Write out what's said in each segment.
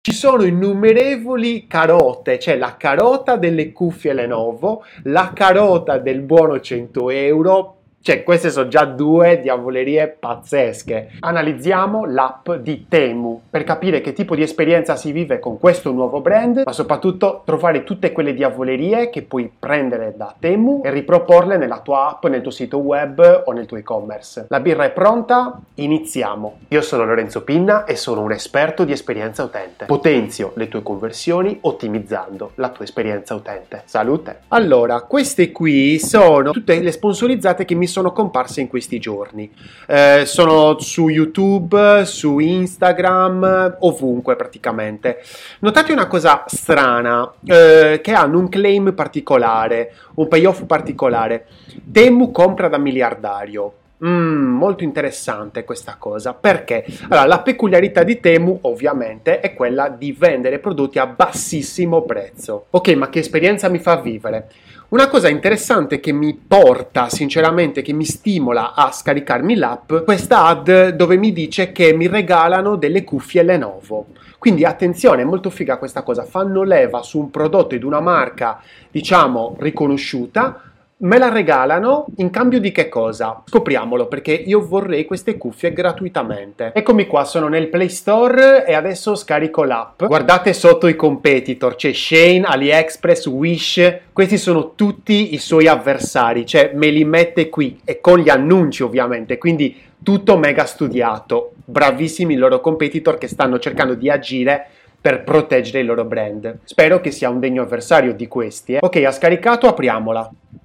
Ci sono innumerevoli carote, c'è la carota delle cuffie Lenovo, la carota del buono 100 euro, cioè queste sono già due diavolerie pazzesche. Analizziamo l'app di Temu per capire che tipo di esperienza si vive con questo nuovo brand, ma soprattutto trovare tutte quelle diavolerie che puoi prendere da Temu e riproporle nella tua app, nel tuo sito web o nel tuo e-commerce. La birra è pronta? Iniziamo. Io sono Lorenzo Pinna e sono un esperto di esperienza utente. Potenzio le tue conversioni ottimizzando la tua esperienza utente. Salute! Allora, queste qui sono tutte le sponsorizzate che mi sono comparse in questi giorni. Sono su YouTube, su Instagram, ovunque praticamente. Notate una cosa strana, che hanno un claim particolare, un payoff particolare. Temu compra da miliardario. Molto interessante questa cosa, perché allora, la peculiarità di Temu ovviamente è quella di vendere prodotti a bassissimo prezzo. Ok, ma che esperienza mi fa vivere? Una cosa interessante che mi porta sinceramente, che mi stimola a scaricarmi l'app, questa ad dove mi dice che mi regalano delle cuffie Lenovo. Quindi attenzione, è molto figa questa cosa, fanno leva su un prodotto di una marca diciamo riconosciuta, me la regalano in cambio di che cosa? Scopriamolo, perché io vorrei queste cuffie gratuitamente. Eccomi qua, sono nel Play Store e adesso scarico l'app. Guardate sotto i competitor, c'è Shein, AliExpress, Wish, questi sono tutti i suoi avversari, cioè me li mette qui e con gli annunci ovviamente, quindi tutto mega studiato. Bravissimi i loro competitor che stanno cercando di agire per proteggere il loro brand. Spero che sia un degno avversario di questi. Ok, ha scaricato, apriamola.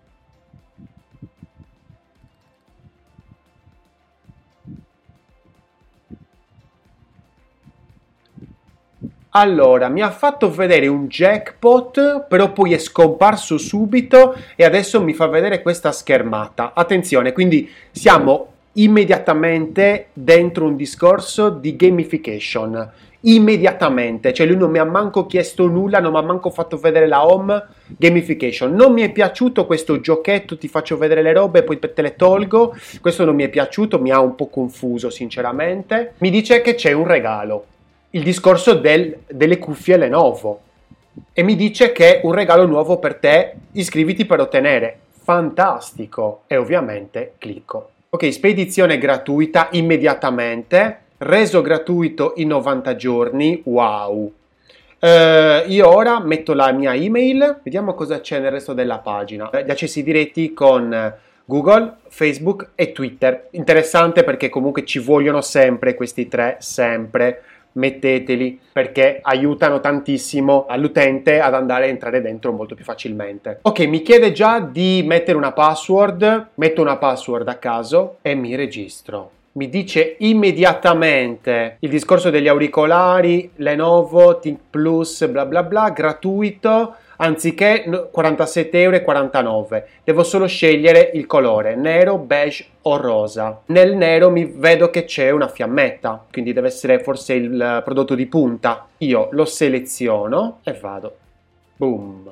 Allora, mi ha fatto vedere un jackpot, però poi è scomparso subito e adesso mi fa vedere questa schermata. Attenzione, quindi siamo immediatamente dentro un discorso di gamification. Immediatamente, cioè lui non mi ha manco chiesto nulla, non mi ha manco fatto vedere la home. Gamification. Non mi è piaciuto questo giochetto, ti faccio vedere le robe e poi te le tolgo. Questo non mi è piaciuto, mi ha un po' confuso sinceramente. Mi dice che c'è un regalo. Il discorso delle cuffie Lenovo e mi dice che un regalo nuovo per te, iscriviti per ottenere. Fantastico! E ovviamente clicco. Ok, spedizione gratuita immediatamente, reso gratuito in 90 giorni, wow! Io ora metto la mia email, vediamo cosa c'è nel resto della pagina. Gli accessi diretti con Google, Facebook e Twitter. Interessante perché comunque ci vogliono sempre questi tre, sempre. Metteteli perché aiutano tantissimo all'utente ad andare a entrare dentro molto più facilmente. Ok, mi chiede già di mettere una password, metto una password a caso e mi registro. Mi dice immediatamente il discorso degli auricolari, Lenovo, Think Plus, bla bla bla, gratuito, anziché 47,49 €. Devo solo scegliere il colore, nero, beige o rosa. Nel nero mi vedo che c'è una fiammetta, quindi deve essere forse il prodotto di punta. Io lo seleziono e vado. Boom.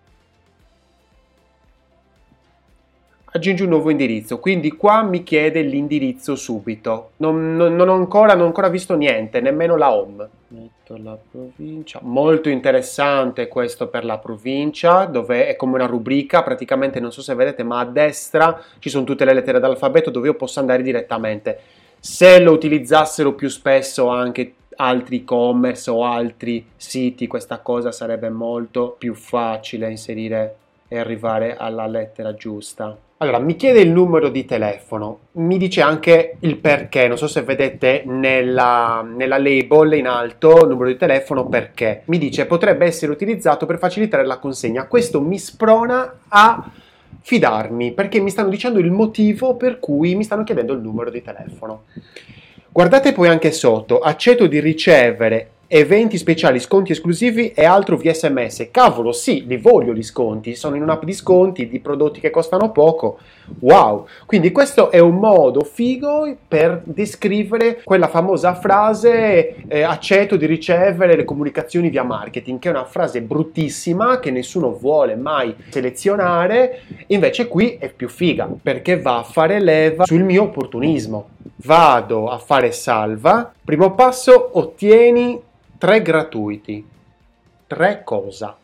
Aggiungi un nuovo indirizzo, quindi qua mi chiede l'indirizzo subito. Non ho ancora visto niente, nemmeno la home. Metto la provincia. Molto interessante questo per la provincia, dove è come una rubrica, praticamente non so se vedete, ma a destra ci sono tutte le lettere dell'alfabeto dove io posso andare direttamente. Se lo utilizzassero più spesso anche altri e-commerce o altri siti, questa cosa sarebbe molto più facile inserire e arrivare alla lettera giusta. Allora, mi chiede il numero di telefono, mi dice anche il perché, non so se vedete nella label in alto, numero di telefono perché. Mi dice potrebbe essere utilizzato per facilitare la consegna. Questo mi sprona a fidarmi, perché mi stanno dicendo il motivo per cui mi stanno chiedendo il numero di telefono. Guardate poi anche sotto, accetto di ricevere eventi speciali, sconti esclusivi e altro via SMS. Cavolo, sì, li voglio gli sconti, sono in un'app di sconti, di prodotti che costano poco. Wow! Quindi questo è un modo figo per descrivere quella famosa frase accetto di ricevere le comunicazioni via marketing, che è una frase bruttissima che nessuno vuole mai selezionare, invece qui è più figa, perché va a fare leva sul mio opportunismo. Vado a fare salva, primo passo, ottieni 3 gratuiti. 3 cosa?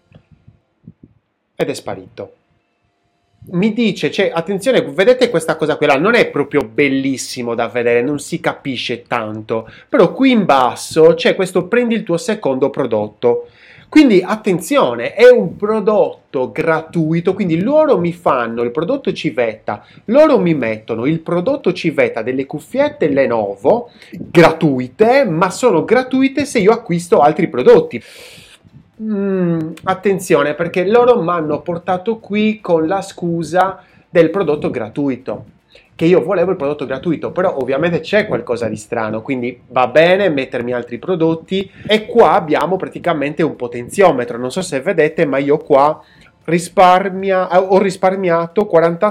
Ed è sparito. Mi dice, cioè, attenzione, vedete questa cosa qui là, non è proprio bellissimo da vedere, non si capisce tanto, però qui in basso c'è questo prendi il tuo secondo prodotto. Quindi attenzione, è un prodotto gratuito, quindi loro mi fanno il prodotto civetta, loro mi mettono il prodotto civetta delle cuffiette Lenovo gratuite, ma sono gratuite se io acquisto altri prodotti. Attenzione, perché loro mi hanno portato qui con la scusa del prodotto gratuito, che io volevo il prodotto gratuito, però ovviamente c'è qualcosa di strano, quindi va bene mettermi altri prodotti e qua abbiamo praticamente un potenziometro, non so se vedete, ma io qua ho risparmiato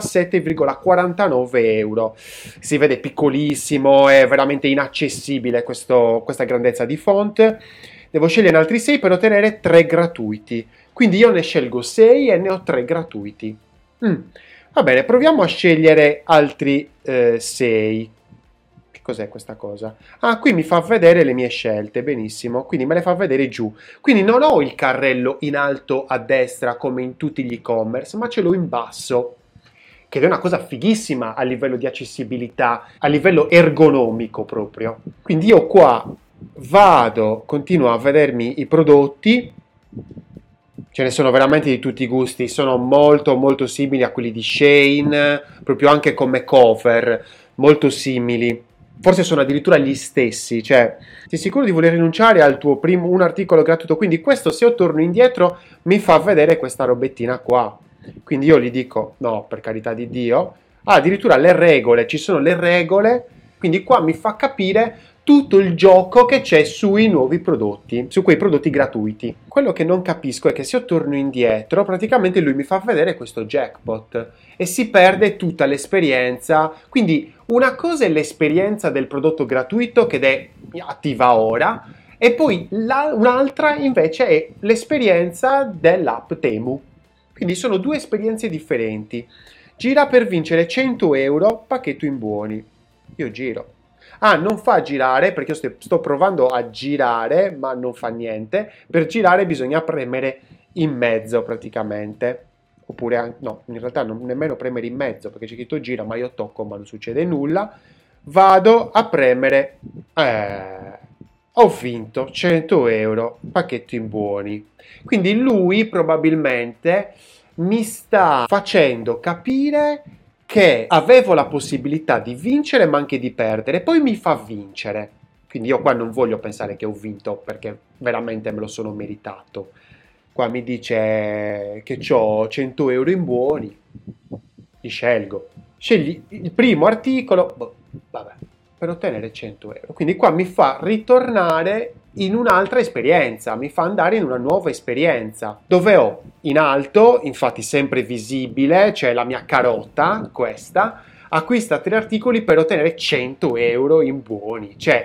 47,49 euro. Si vede piccolissimo, è veramente inaccessibile questa grandezza di font. Devo scegliere altri 6 per ottenere 3 gratuiti. Quindi io ne scelgo 6 e ne ho 3 gratuiti. Va bene, proviamo a scegliere altri 6. Che cos'è questa cosa? Ah, qui mi fa vedere le mie scelte, benissimo. Quindi me le fa vedere giù. Quindi non ho il carrello in alto a destra come in tutti gli e-commerce, ma ce l'ho in basso. Che è una cosa fighissima a livello di accessibilità, a livello ergonomico proprio. Quindi io qua continuo a vedermi i prodotti, ce ne sono veramente di tutti i gusti, sono molto molto simili a quelli di Shein, proprio anche come cover, molto simili, forse sono addirittura gli stessi, cioè sei sicuro di voler rinunciare al tuo primo un articolo gratuito? Quindi questo, se io torno indietro, mi fa vedere questa robettina qua, quindi io gli dico no, per carità di Dio. Addirittura le regole, ci sono le regole, quindi qua mi fa capire tutto il gioco che c'è sui nuovi prodotti, su quei prodotti gratuiti. Quello che non capisco è che se io torno indietro, praticamente lui mi fa vedere questo jackpot e si perde tutta l'esperienza. Quindi una cosa è l'esperienza del prodotto gratuito che è attiva ora e poi un'altra invece è l'esperienza dell'app Temu. Quindi sono 2 esperienze differenti. Gira per vincere 100 euro, pacchetto in buoni. Io giro. Ah, non fa girare perché io sto provando a girare, ma non fa niente. Per girare bisogna premere in mezzo praticamente. Oppure, no, in realtà non nemmeno premere in mezzo perché c'è scritto gira, ma io tocco ma non succede nulla. Vado a premere. Ho vinto 100 euro, pacchetto in buoni. Quindi lui probabilmente mi sta facendo capire che avevo la possibilità di vincere ma anche di perdere, poi mi fa vincere. Quindi io qua non voglio pensare che ho vinto perché veramente me lo sono meritato. Qua mi dice che ho 100 euro in buoni, li scelgo. Scegli il primo articolo, vabbè, per ottenere 100 euro. Quindi qua mi fa ritornare in un'altra esperienza, mi fa andare in una nuova esperienza, dove ho in alto, infatti sempre visibile, c'è la mia carota, questa, acquista 3 articoli per ottenere 100 euro in buoni, cioè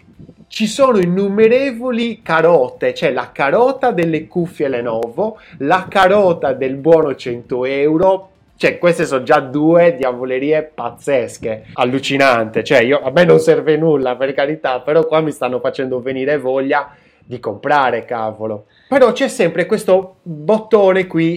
ci sono innumerevoli carote, c'è la carota delle cuffie Lenovo, la carota del buono 100 euro, cioè queste sono già 2 diavolerie pazzesche, allucinante, cioè a me non serve nulla per carità, però qua mi stanno facendo venire voglia di comprare, cavolo. Però c'è sempre questo bottone qui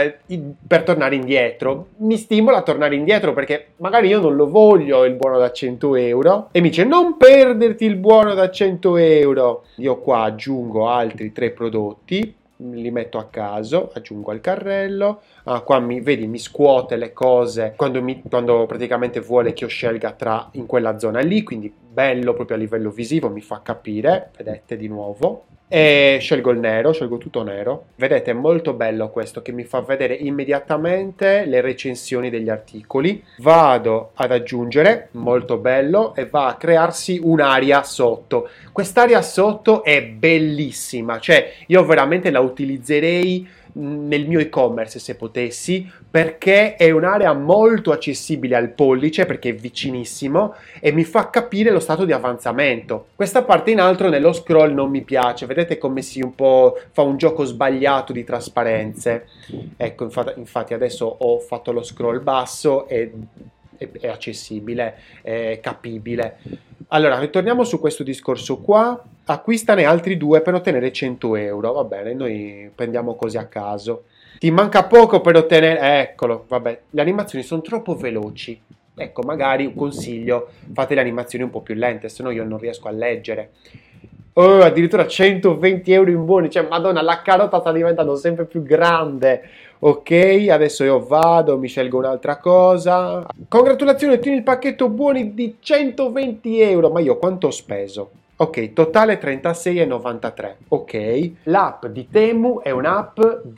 per tornare indietro, mi stimola a tornare indietro perché magari io non lo voglio il buono da 100 euro e mi dice non perderti il buono da 100 euro. Io qua aggiungo altri 3 prodotti, li metto a caso, aggiungo al carrello. Qua vedi, mi scuote le cose quando praticamente vuole che io scelga in quella zona lì, quindi bello proprio a livello visivo, mi fa capire, vedete di nuovo. E scelgo il nero, scelgo tutto nero. Vedete, è molto bello questo che mi fa vedere immediatamente le recensioni degli articoli. Vado ad aggiungere, molto bello, e va a crearsi un'area sotto. Quest'area sotto è bellissima, cioè io veramente la utilizzerei nel mio e-commerce se potessi, perché è un'area molto accessibile al pollice perché è vicinissimo e mi fa capire lo stato di avanzamento. Questa parte in alto nello scroll non mi piace, vedete come si un po' fa un gioco sbagliato di trasparenze. Ecco, infatti adesso ho fatto lo scroll basso e è accessibile, è capibile. Allora, ritorniamo su questo discorso qua. acquistane altri 2 per ottenere 100 euro. Va bene, noi prendiamo così a caso. Ti manca poco per ottenere... Eccolo, vabbè, le animazioni sono troppo veloci. Ecco, magari un consiglio, fate le animazioni un po' più lente, se no io non riesco a leggere. Oh, addirittura 120 euro in buoni, cioè madonna, la carota sta diventando sempre più grande. Ok, adesso io vado, mi scelgo un'altra cosa. Congratulazioni, ottieni il pacchetto buoni di 120 euro. Ma io quanto ho speso? Ok, totale 36,93. Ok, l'app di Temu è un'app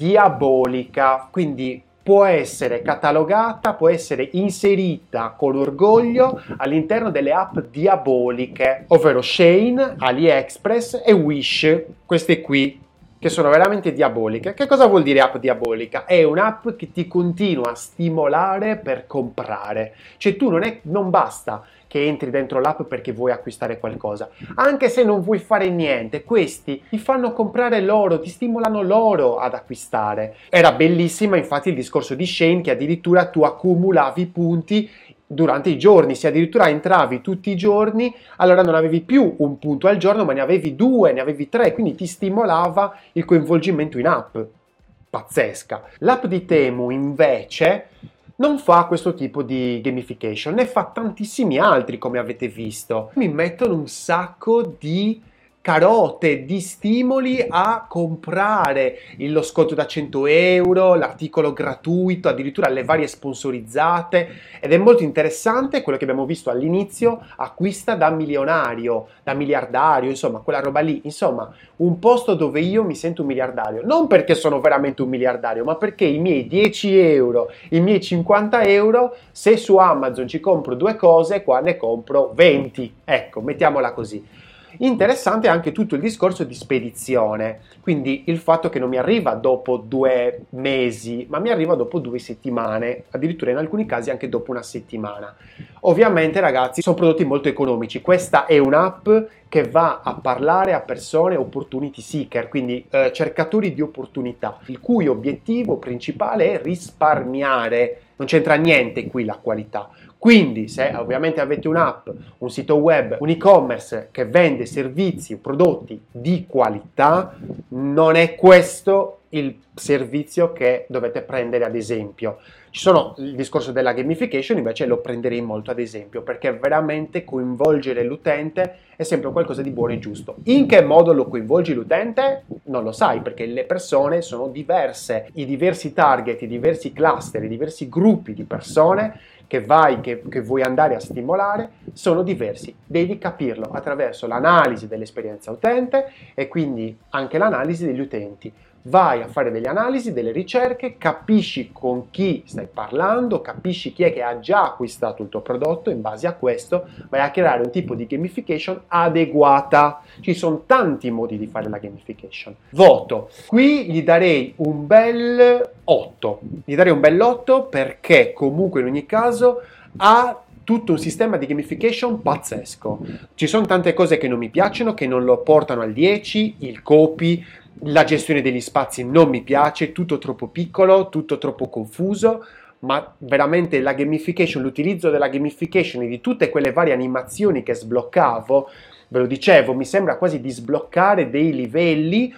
diabolica, quindi può essere catalogata, può essere inserita con orgoglio all'interno delle app diaboliche, ovvero Shein, AliExpress e Wish, queste qui, che sono veramente diaboliche. Che cosa vuol dire app diabolica? È un'app che ti continua a stimolare per comprare, cioè tu non basta che entri dentro l'app perché vuoi acquistare qualcosa, anche se non vuoi fare niente, questi ti fanno comprare loro, ti stimolano loro ad acquistare. Era bellissima infatti il discorso di Shein, che addirittura tu accumulavi punti durante i giorni. Se addirittura entravi tutti i giorni, allora non avevi più un punto al giorno, ma ne avevi 2, ne avevi 3, quindi ti stimolava il coinvolgimento in app. Pazzesca. L'app di Temu invece non fa questo tipo di gamification, ne fa tantissimi altri, come avete visto. Mi mettono un sacco di carote, di stimoli a comprare lo sconto da 100 euro, l'articolo gratuito, addirittura le varie sponsorizzate, ed è molto interessante quello che abbiamo visto all'inizio: acquista da milionario, da miliardario, insomma quella roba lì, insomma un posto dove io mi sento un miliardario, non perché sono veramente un miliardario, ma perché i miei 10 euro, i miei 50 euro, se su Amazon ci compro 2 cose, qua ne compro 20, ecco, mettiamola così. Interessante anche tutto il discorso di spedizione, quindi il fatto che non mi arriva dopo 2 mesi, ma mi arriva dopo 2 settimane, addirittura in alcuni casi anche dopo una settimana. Ovviamente, ragazzi, sono prodotti molto economici. Questa è un'app che va a parlare a persone opportunity seeker, quindi cercatori di opportunità, il cui obiettivo principale è risparmiare. Non c'entra niente qui la qualità. Quindi, se ovviamente avete un'app, un sito web, un e-commerce che vende servizi o prodotti di qualità, non è questo il servizio che dovete prendere ad esempio. Ci sono il discorso della gamification, invece lo prenderei molto ad esempio, perché veramente coinvolgere l'utente è sempre qualcosa di buono e giusto. In che modo lo coinvolgi l'utente? Non lo sai, perché le persone sono diverse, i diversi target, i diversi cluster, i diversi gruppi di persone che vuoi andare a stimolare sono diversi. Devi capirlo attraverso l'analisi dell'esperienza utente e quindi anche l'analisi degli utenti. Vai a fare delle analisi, delle ricerche, capisci con chi stai parlando, capisci chi è che ha già acquistato il tuo prodotto, in base a questo vai a creare un tipo di gamification adeguata. Ci sono tanti modi di fare la gamification. Voto. Qui gli darei un bel 8. Gli darei un bel 8 perché comunque in ogni caso ha tutto un sistema di gamification pazzesco. Ci sono tante cose che non mi piacciono, che non lo portano al 10, il copy, la gestione degli spazi non mi piace, tutto troppo piccolo, tutto troppo confuso, ma veramente la gamification, l'utilizzo della gamification e di tutte quelle varie animazioni che sbloccavo, ve lo dicevo, mi sembra quasi di sbloccare dei livelli,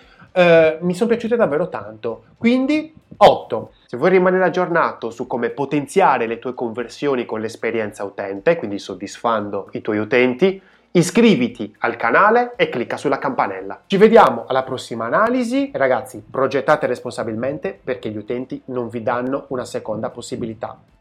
mi sono piaciute davvero tanto. Quindi 8. Se vuoi rimanere aggiornato su come potenziare le tue conversioni con l'esperienza utente, quindi soddisfando i tuoi utenti, iscriviti al canale e clicca sulla campanella. Ci vediamo alla prossima analisi. Ragazzi, progettate responsabilmente perché gli utenti non vi danno una seconda possibilità.